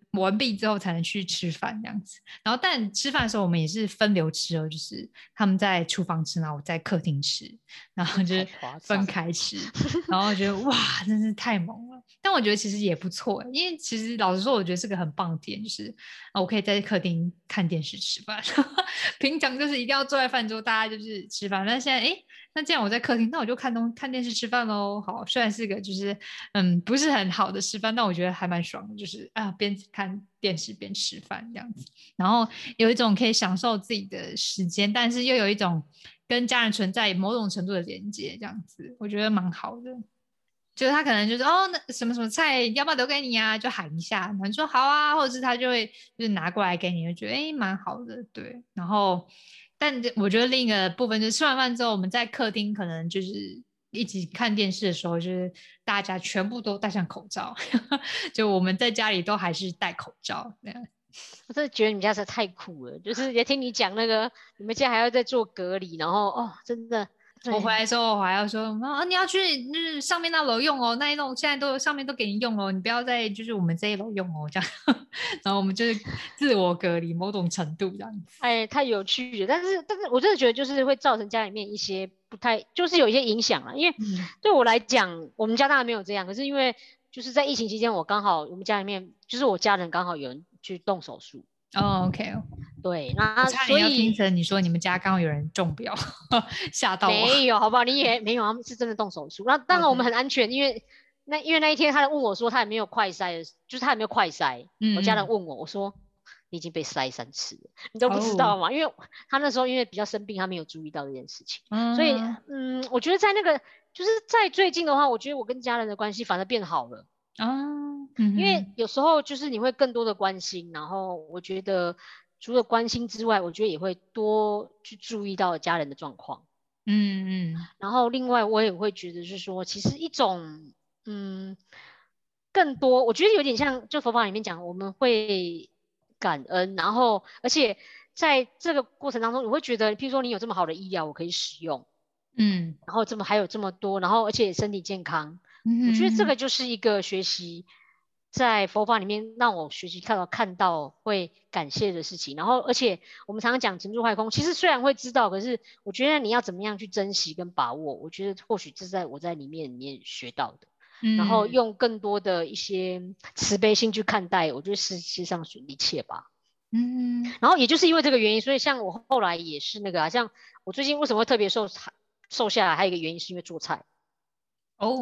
[SPEAKER 1] 完毕之后才能去吃饭这样子。然后但吃饭的时候我们也是分流吃哦，就是他们在厨房吃，然后我在客厅吃，然后就是分开吃，然后觉得哇真是太猛了。但我觉得其实也不错，因为其实老实说我觉得是个很棒的点，就是我可以在客厅看电视吃饭平常就是一定要坐在饭桌大家就是吃饭，但现在哎，那既然我在客厅，那我就看东看电视吃饭咯。好，虽然是个就是嗯不是很好的吃饭，但我觉得还蛮爽的，就是啊边看电视边吃饭这样子，然后有一种可以享受自己的时间，但是又有一种跟家人存在某种程度的连接，这样子我觉得蛮好的。就是他可能就是哦，那什么什么菜要不要留给你啊？就喊一下，然后你说好啊，或者是他就会就是拿过来给你，就觉得哎蛮好的，对。然后，但我觉得另一个部分就是吃完饭之后，我们在客厅可能就是一起看电视的时候，就是大家全部都戴上口罩，就我们在家里都还是戴口罩。
[SPEAKER 3] 我真的觉得你们家实在太酷了，就是也听你讲那个，你们现在还要再做隔离，然后哦，真的。
[SPEAKER 1] 我回来的时候我还要说啊，你要去就是上面那楼用哦，那一栋现在都上面都给你用哦，你不要再就是我们这一楼用哦，这样，然后我们就是自我隔离某种程度这样子。
[SPEAKER 3] 哎，太有趣了，但是但是我真的觉得就是会造成家里面一些不太，就是有一些影响了，因为对我来讲，我们家当然没有这样，可是因为就是在疫情期间，我刚好我们家里面就是我家人刚好有人去动手术。
[SPEAKER 1] 哦、oh, ，OK，
[SPEAKER 3] 对，那
[SPEAKER 1] 我差点要听成你说你们家刚好有人中标，吓到我。
[SPEAKER 3] 没有，好不好？你也没有，他们是真的动手术。那当然我们很安全， okay. 因为那因为那一天他问我说他也没有快筛，就是他也没有快筛。嗯，我家人问我，我说你已经被筛三次了，你都不知道吗？ oh. 因为他那时候因为比较生病，他没有注意到这件事情。嗯，所以嗯，我觉得在那个就是在最近的话，我觉得我跟家人的关系反而变好了啊。嗯，因为有时候就是你会更多的关心，然后我觉得除了关心之外，我觉得也会多去注意到家人的状况。嗯嗯，然后另外我也会觉得是说，其实一种嗯更多，我觉得有点像就佛法里面讲，我们会感恩，然后而且在这个过程当中，我会觉得，譬如说你有这么好的医疗我可以使用，嗯，然后这么还有这么多，然后而且身体健康，嗯，我觉得这个就是一个学习。在佛法里面让我学习看到看到会感谢的事情，然后而且我们常常讲沉住坏空，其实虽然会知道，可是我觉得你要怎么样去珍惜跟把握，我觉得或许这是在我在里面里面学到的，嗯，然后用更多的一些慈悲心去看待，我觉得世界上一切吧。嗯，然后也就是因为这个原因，所以像我后来也是那个啊，像我最近为什么会特别瘦瘦下来，还有一个原因是因为做菜。哦、oh. ，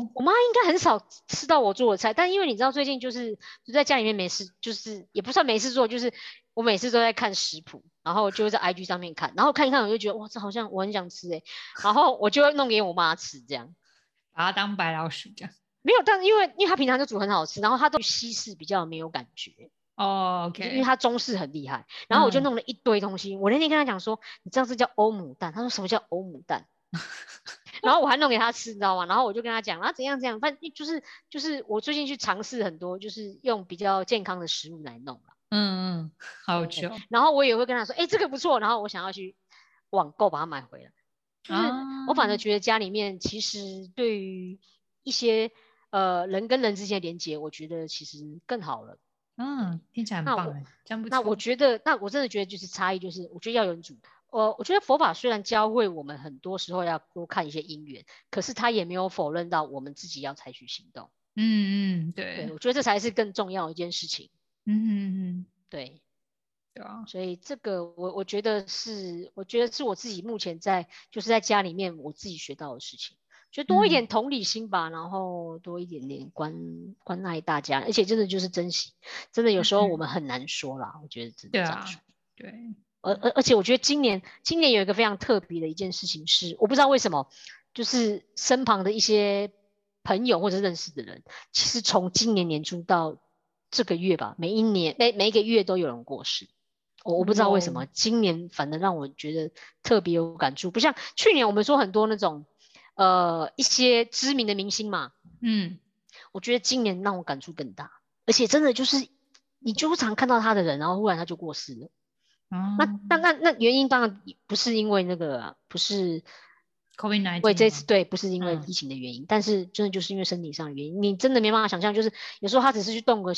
[SPEAKER 3] 我妈应该很少吃到我做的菜，但因为你知道最近就是就在家里面没事，就是也不算没事做，就是我每次都在看食谱，然后就会在 I G 上面看，然后看一看我就觉得哇，这好像我很想吃哎，然后我就会弄给我妈吃，这样
[SPEAKER 1] 把它当白老鼠这样。
[SPEAKER 3] 没有，但因为因为她平常就煮很好吃，然后她对西式比较没有感觉。
[SPEAKER 1] 哦、oh, ，OK，
[SPEAKER 3] 因为她中式很厉害，然后我就弄了一堆东西。嗯、我那天跟她讲说，你知道这叫欧姆蛋？她说什么叫欧姆蛋？然后我还弄给他吃，你知道吗？然后我就跟他讲，然后怎样怎样，反正就是就是我最近去尝试很多，就是用比较健康的食物来弄了。嗯嗯，
[SPEAKER 1] 好有趣哦。
[SPEAKER 3] 然后我也会跟他说，哎、欸，这个不错。然后我想要去网购把它买回来。就是我反而觉得家里面其实对于一些呃人跟人之间的连接，我觉得其实更好了。
[SPEAKER 1] 嗯，听起来很棒哎，这样不错。
[SPEAKER 3] 那我觉得，那我真的觉得就是差异，就是我觉得要有人主。呃，我觉得佛法虽然教会我们很多时候要多看一些因缘，可是他也没有否认到我们自己要采取行动。
[SPEAKER 1] 嗯嗯，对，
[SPEAKER 3] 对，我觉得这才是更重要的一件事情。嗯嗯嗯，对，对啊。所以这个我我觉得是，我觉得是我自己目前在就是在家里面我自己学到的事情，就多一点同理心吧，嗯、然后多一点点关关爱大家，而且真的就是珍惜，真的有时候我们很难说啦，嗯、我觉得真的这样说，
[SPEAKER 1] 对。对
[SPEAKER 3] 而而而且我觉得今年今年有一个非常特别的一件事情是，我不知道为什么，就是身旁的一些朋友或者认识的人，其实从今年年初到这个月吧，每一年每每一个月都有人过世。我我不知道为什么，哦、今年反而让我觉得特别有感触，不像去年我们说很多那种呃一些知名的明星嘛，嗯，我觉得今年让我感触更大，而且真的就是你就常看到他的人，然后忽然他就过世了。哦、那那那那原因当然不是因为那个、啊，不是
[SPEAKER 1] COVID 十九，
[SPEAKER 3] 为这次对，不是因为疫情的原因，嗯、但是真的就是因为身体上的原因，你真的没办法想象，就是有时候他只是去动个小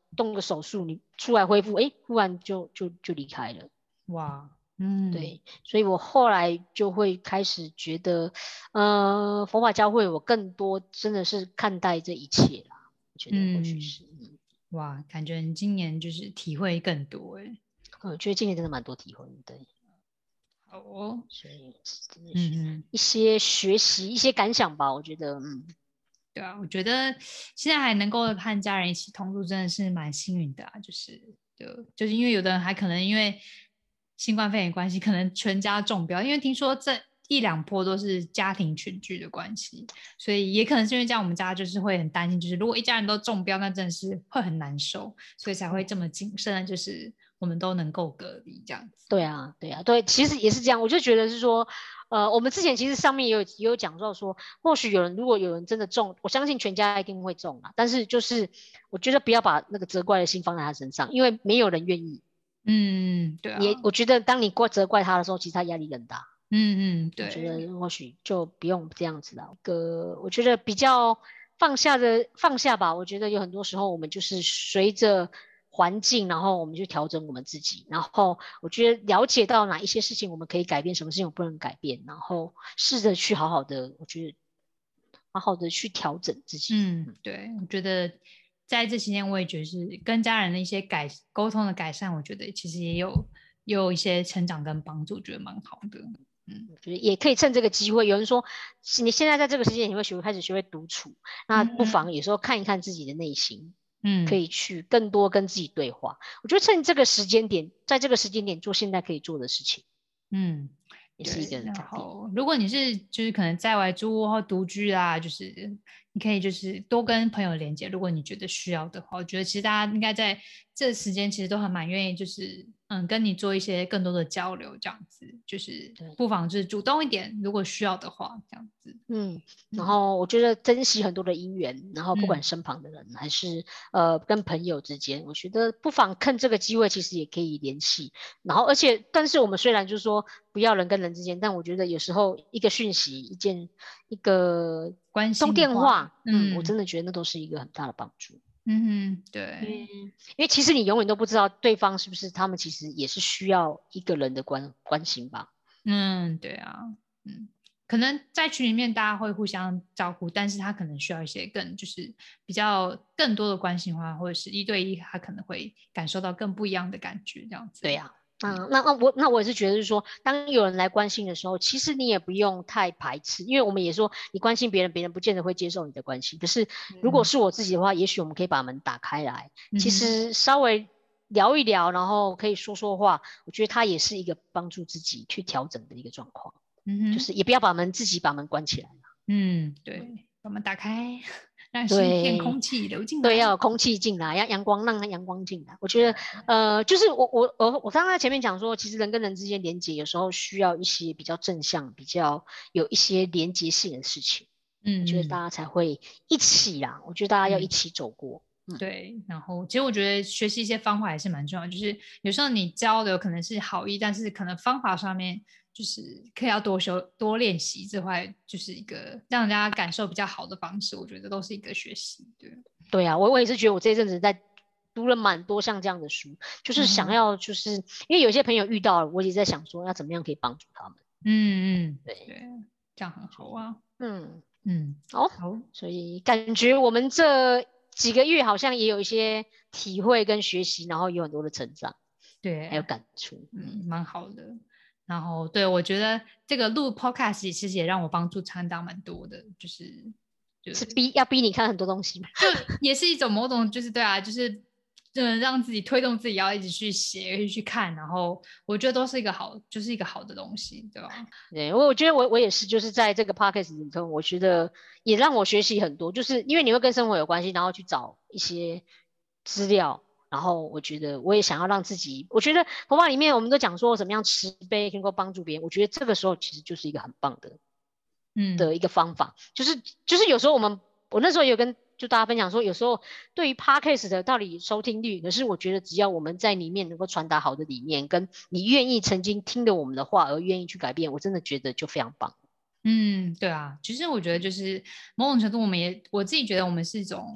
[SPEAKER 3] 动个手术，你出来恢复，哎，忽然就就就离开了。
[SPEAKER 1] 哇，嗯，
[SPEAKER 3] 对，所以我后来就会开始觉得，呃，佛法教会我更多真的是看待这一切啦。我觉得或许
[SPEAKER 1] 嗯，
[SPEAKER 3] 是，嗯，
[SPEAKER 1] 哇，感觉你今年就是体会更多哎。
[SPEAKER 3] 我觉得今年真的蛮多体会的，对，
[SPEAKER 1] 好哦，
[SPEAKER 3] 所以真的是
[SPEAKER 1] 嗯哼。
[SPEAKER 3] 一些学习、一些感想吧。我觉得，嗯，
[SPEAKER 1] 对啊，我觉得现在还能够和家人一起同住，真的是蛮幸运的啊。就是就就是因为有的人还可能因为新冠肺炎关系，可能全家中标，因为听说这一两波都是家庭群聚的关系，所以也可能是因为这样，我们家就是会很担心，就是如果一家人都中标，那真的是会很难受，所以才会这么谨慎，就是我们都能够隔离这样子。
[SPEAKER 3] 对啊，对啊，对，其实也是这样。我就觉得是说，呃，我们之前其实上面也有也有讲到说，或许有人如果有人真的中，我相信全家一定会中啊。但是就是我觉得不要把那个责怪的心放在他身上，因为没有人愿意。
[SPEAKER 1] 嗯，对啊，
[SPEAKER 3] 你我觉得当你怪责怪他的时候，其实他压力很大。
[SPEAKER 1] 嗯嗯，
[SPEAKER 3] 我觉
[SPEAKER 1] 对，
[SPEAKER 3] 得或许就不用这样子了。个我觉得比较放下的放下吧。我觉得有很多时候我们就是随着环境，然后我们去调整我们自己。然后我觉得了解到哪一些事情我们可以改变，什么事情我不能改变，然后试着去好好的，我觉得好好的去调整自己。
[SPEAKER 1] 嗯，对，我觉得在这期间，我也觉得是跟家人的一些改沟通的改善，我觉得其实也有也有一些成长跟帮助，觉得蛮好的。嗯
[SPEAKER 3] 我觉得也可以趁这个机会。有人说，你现在在这个时间，你会学会开始学会独处，那不
[SPEAKER 1] 嗯
[SPEAKER 3] 妨有时候看一看自己的内心，可
[SPEAKER 1] 嗯
[SPEAKER 3] 以去更多跟自己对话。我觉得趁这个时间点，在这个时间点做现在可以做的事情，
[SPEAKER 1] 嗯，
[SPEAKER 3] 也是一
[SPEAKER 1] 对。然
[SPEAKER 3] 个改变。
[SPEAKER 1] 后，如果你是就是可能在外租屋或独居啊，就是你可以就是多跟朋友连接。如果你觉得需要的话，我觉得其实大家应该在这时间其实都还蛮愿意，就是嗯跟你做一些更多的交流，这样子就是
[SPEAKER 3] 对。
[SPEAKER 1] 不妨就是主动一点，如果需要的话，这样子。
[SPEAKER 3] 嗯，然
[SPEAKER 1] 嗯
[SPEAKER 3] 后我觉得珍惜很多的姻缘，然后不管
[SPEAKER 1] 嗯。
[SPEAKER 3] 身旁的人还是呃跟朋友之间，我觉得不妨趁这个机会，其实也可以联系。然后而且，但是我们虽然就是说不要人跟人之间，但我觉得有时候一个讯息、一件一个
[SPEAKER 1] 关
[SPEAKER 3] 通
[SPEAKER 1] 心的话，
[SPEAKER 3] 电话，嗯，我
[SPEAKER 1] 嗯
[SPEAKER 3] 真的觉得那都是一个很大的帮助。
[SPEAKER 1] 嗯哼，
[SPEAKER 3] 因为
[SPEAKER 1] 对，
[SPEAKER 3] 因为其实你永远都不知道对方是不是他们其实也是需要一个人的关关心吧。
[SPEAKER 1] 嗯对啊，嗯，可能在群里面大家会互相照顾，但是他可能需要一些更就是比较更多的关心的话，或者是一对一，他可能会感受到更不一样的感觉，这样子。
[SPEAKER 3] 对呀、
[SPEAKER 1] 嗯
[SPEAKER 3] 嗯，那那我那我也是觉得，就是说，当有人来关心的时候，其实你也不用太排斥，因为我们也说，你关心别人，别人不见得会接受你的关心。可是，如果
[SPEAKER 1] 嗯
[SPEAKER 3] 是我自己的话，也许我们可以把门打开来，其
[SPEAKER 1] 嗯哼
[SPEAKER 3] 实稍微聊一聊，然后可以说说话，我觉得它也是一个帮助自己去调整的一个状况，就
[SPEAKER 1] 嗯哼
[SPEAKER 3] 是也不要把门自己把门关起来。
[SPEAKER 1] 嗯，
[SPEAKER 3] 嗯，
[SPEAKER 1] 对，把门打开，让新鲜
[SPEAKER 3] 对，
[SPEAKER 1] 空气流进
[SPEAKER 3] 对，
[SPEAKER 1] 来。
[SPEAKER 3] 要有空气进来，要阳光，让阳光进来。我觉得，呃，就是我我我我刚刚在前面讲说，其实人跟人之间连接，有时候需要一些比较正向、比较有一些连接性的事情，我觉得大
[SPEAKER 1] 嗯嗯
[SPEAKER 3] 家才会一起啦。我觉得大家要一
[SPEAKER 1] 嗯。
[SPEAKER 3] 起走过。嗯，
[SPEAKER 1] 对，然后其实我觉得学习一些方法还是蛮重要的，就是有时候你交流可能是好意，但是可能方法上面就是可以要多修多练习，这块就是一个让人家感受比较好的方式，我觉得都是一个学习。对，
[SPEAKER 3] 对啊，我我也是觉得我这一阵子在读了蛮多像这样的书，就是想
[SPEAKER 1] 嗯哼，
[SPEAKER 3] 要就是因为有些朋友遇到了，我也在想说要怎么样可以帮助他们。
[SPEAKER 1] 嗯嗯，
[SPEAKER 3] 对，
[SPEAKER 1] 对，这样很好啊。
[SPEAKER 3] 嗯。
[SPEAKER 1] 嗯，
[SPEAKER 3] 哦，
[SPEAKER 1] 好，
[SPEAKER 3] 所以感觉我们这几个月好像也有一些体会跟学习，然后有很多的成长，还有
[SPEAKER 1] 对，
[SPEAKER 3] 感触。
[SPEAKER 1] 嗯，蛮好的。然后对我觉得这个录 podcast 其实也让我帮助成长蛮多的，就是就
[SPEAKER 3] 是逼要逼你看很多东西吗？
[SPEAKER 1] 就也是一种某种，就是对啊，就是嗯，让自己推动自己要一直去写、一直去看，然后我觉得都是一个好，就是一个好的东西，对吧？
[SPEAKER 3] 对，我我觉得我我也是，就是在这个 podcast 里头，我觉得也让我学习很多，就是因为你会跟生活有关系，然后去找一些资料，然后我觉得我也想要让自己，我觉得佛法里面我们都讲说怎么样慈悲能够帮助别人，我觉得这个时候其实就是一个很棒的
[SPEAKER 1] 嗯
[SPEAKER 3] 的一个方法，就是就是有时候我们我那时候有跟就大家分享说，有时候对于 podcast 的到底收听率，可是我觉得只要我们在里面能够传达好的理念，跟你愿意曾经听了我们的话而愿意去改变，我真的觉得就非常棒。
[SPEAKER 1] 嗯，对啊，其实我觉得就是某种程度，我们也我自己觉得我们是一种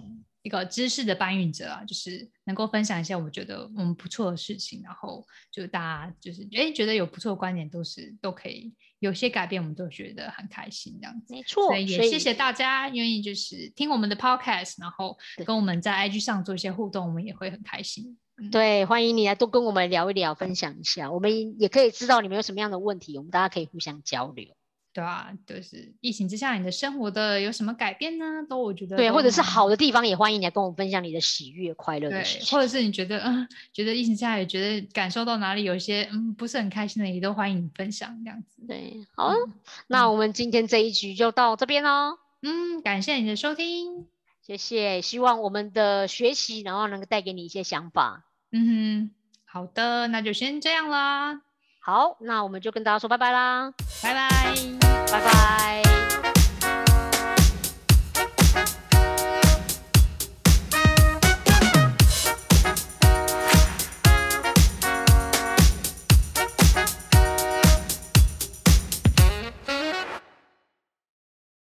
[SPEAKER 1] 一个知识的搬运者啊，就是能够分享一些我们觉得我们不错的事情，然后就大家就是哎觉得有不错的观点，都是都可以有些改变，我们都觉得很开心这样子。
[SPEAKER 3] 没错，
[SPEAKER 1] 所以也谢谢大家愿意就是听我们的 podcast， 然后跟我们在 I G 上做一些互动，我们也会很开心。嗯、
[SPEAKER 3] 对，欢迎你来多跟我们聊一聊，分享一下，我们也可以知道你们有什么样的问题，我们大家可以互相交流。
[SPEAKER 1] 对啊，就是疫情之下，你的生活的有什么改变呢？都我觉得
[SPEAKER 3] 对，或者是好的地方，也欢迎你来跟我们分享你的喜悦、快乐的事情。
[SPEAKER 1] 对，或者是你觉得嗯，觉得疫情下也觉得感受到哪里有一些嗯不是很开心的，也都欢迎你分享这样子。
[SPEAKER 3] 对，好、嗯，那我们今天这一局就到这边咯。
[SPEAKER 1] 嗯，感谢你的收听，
[SPEAKER 3] 谢谢，希望我们的学习然后能够带给你一些想法。
[SPEAKER 1] 嗯哼，好的，那就先这样啦。
[SPEAKER 3] 好，那我们就跟大家说拜拜啦，
[SPEAKER 1] 拜拜，
[SPEAKER 3] 拜拜。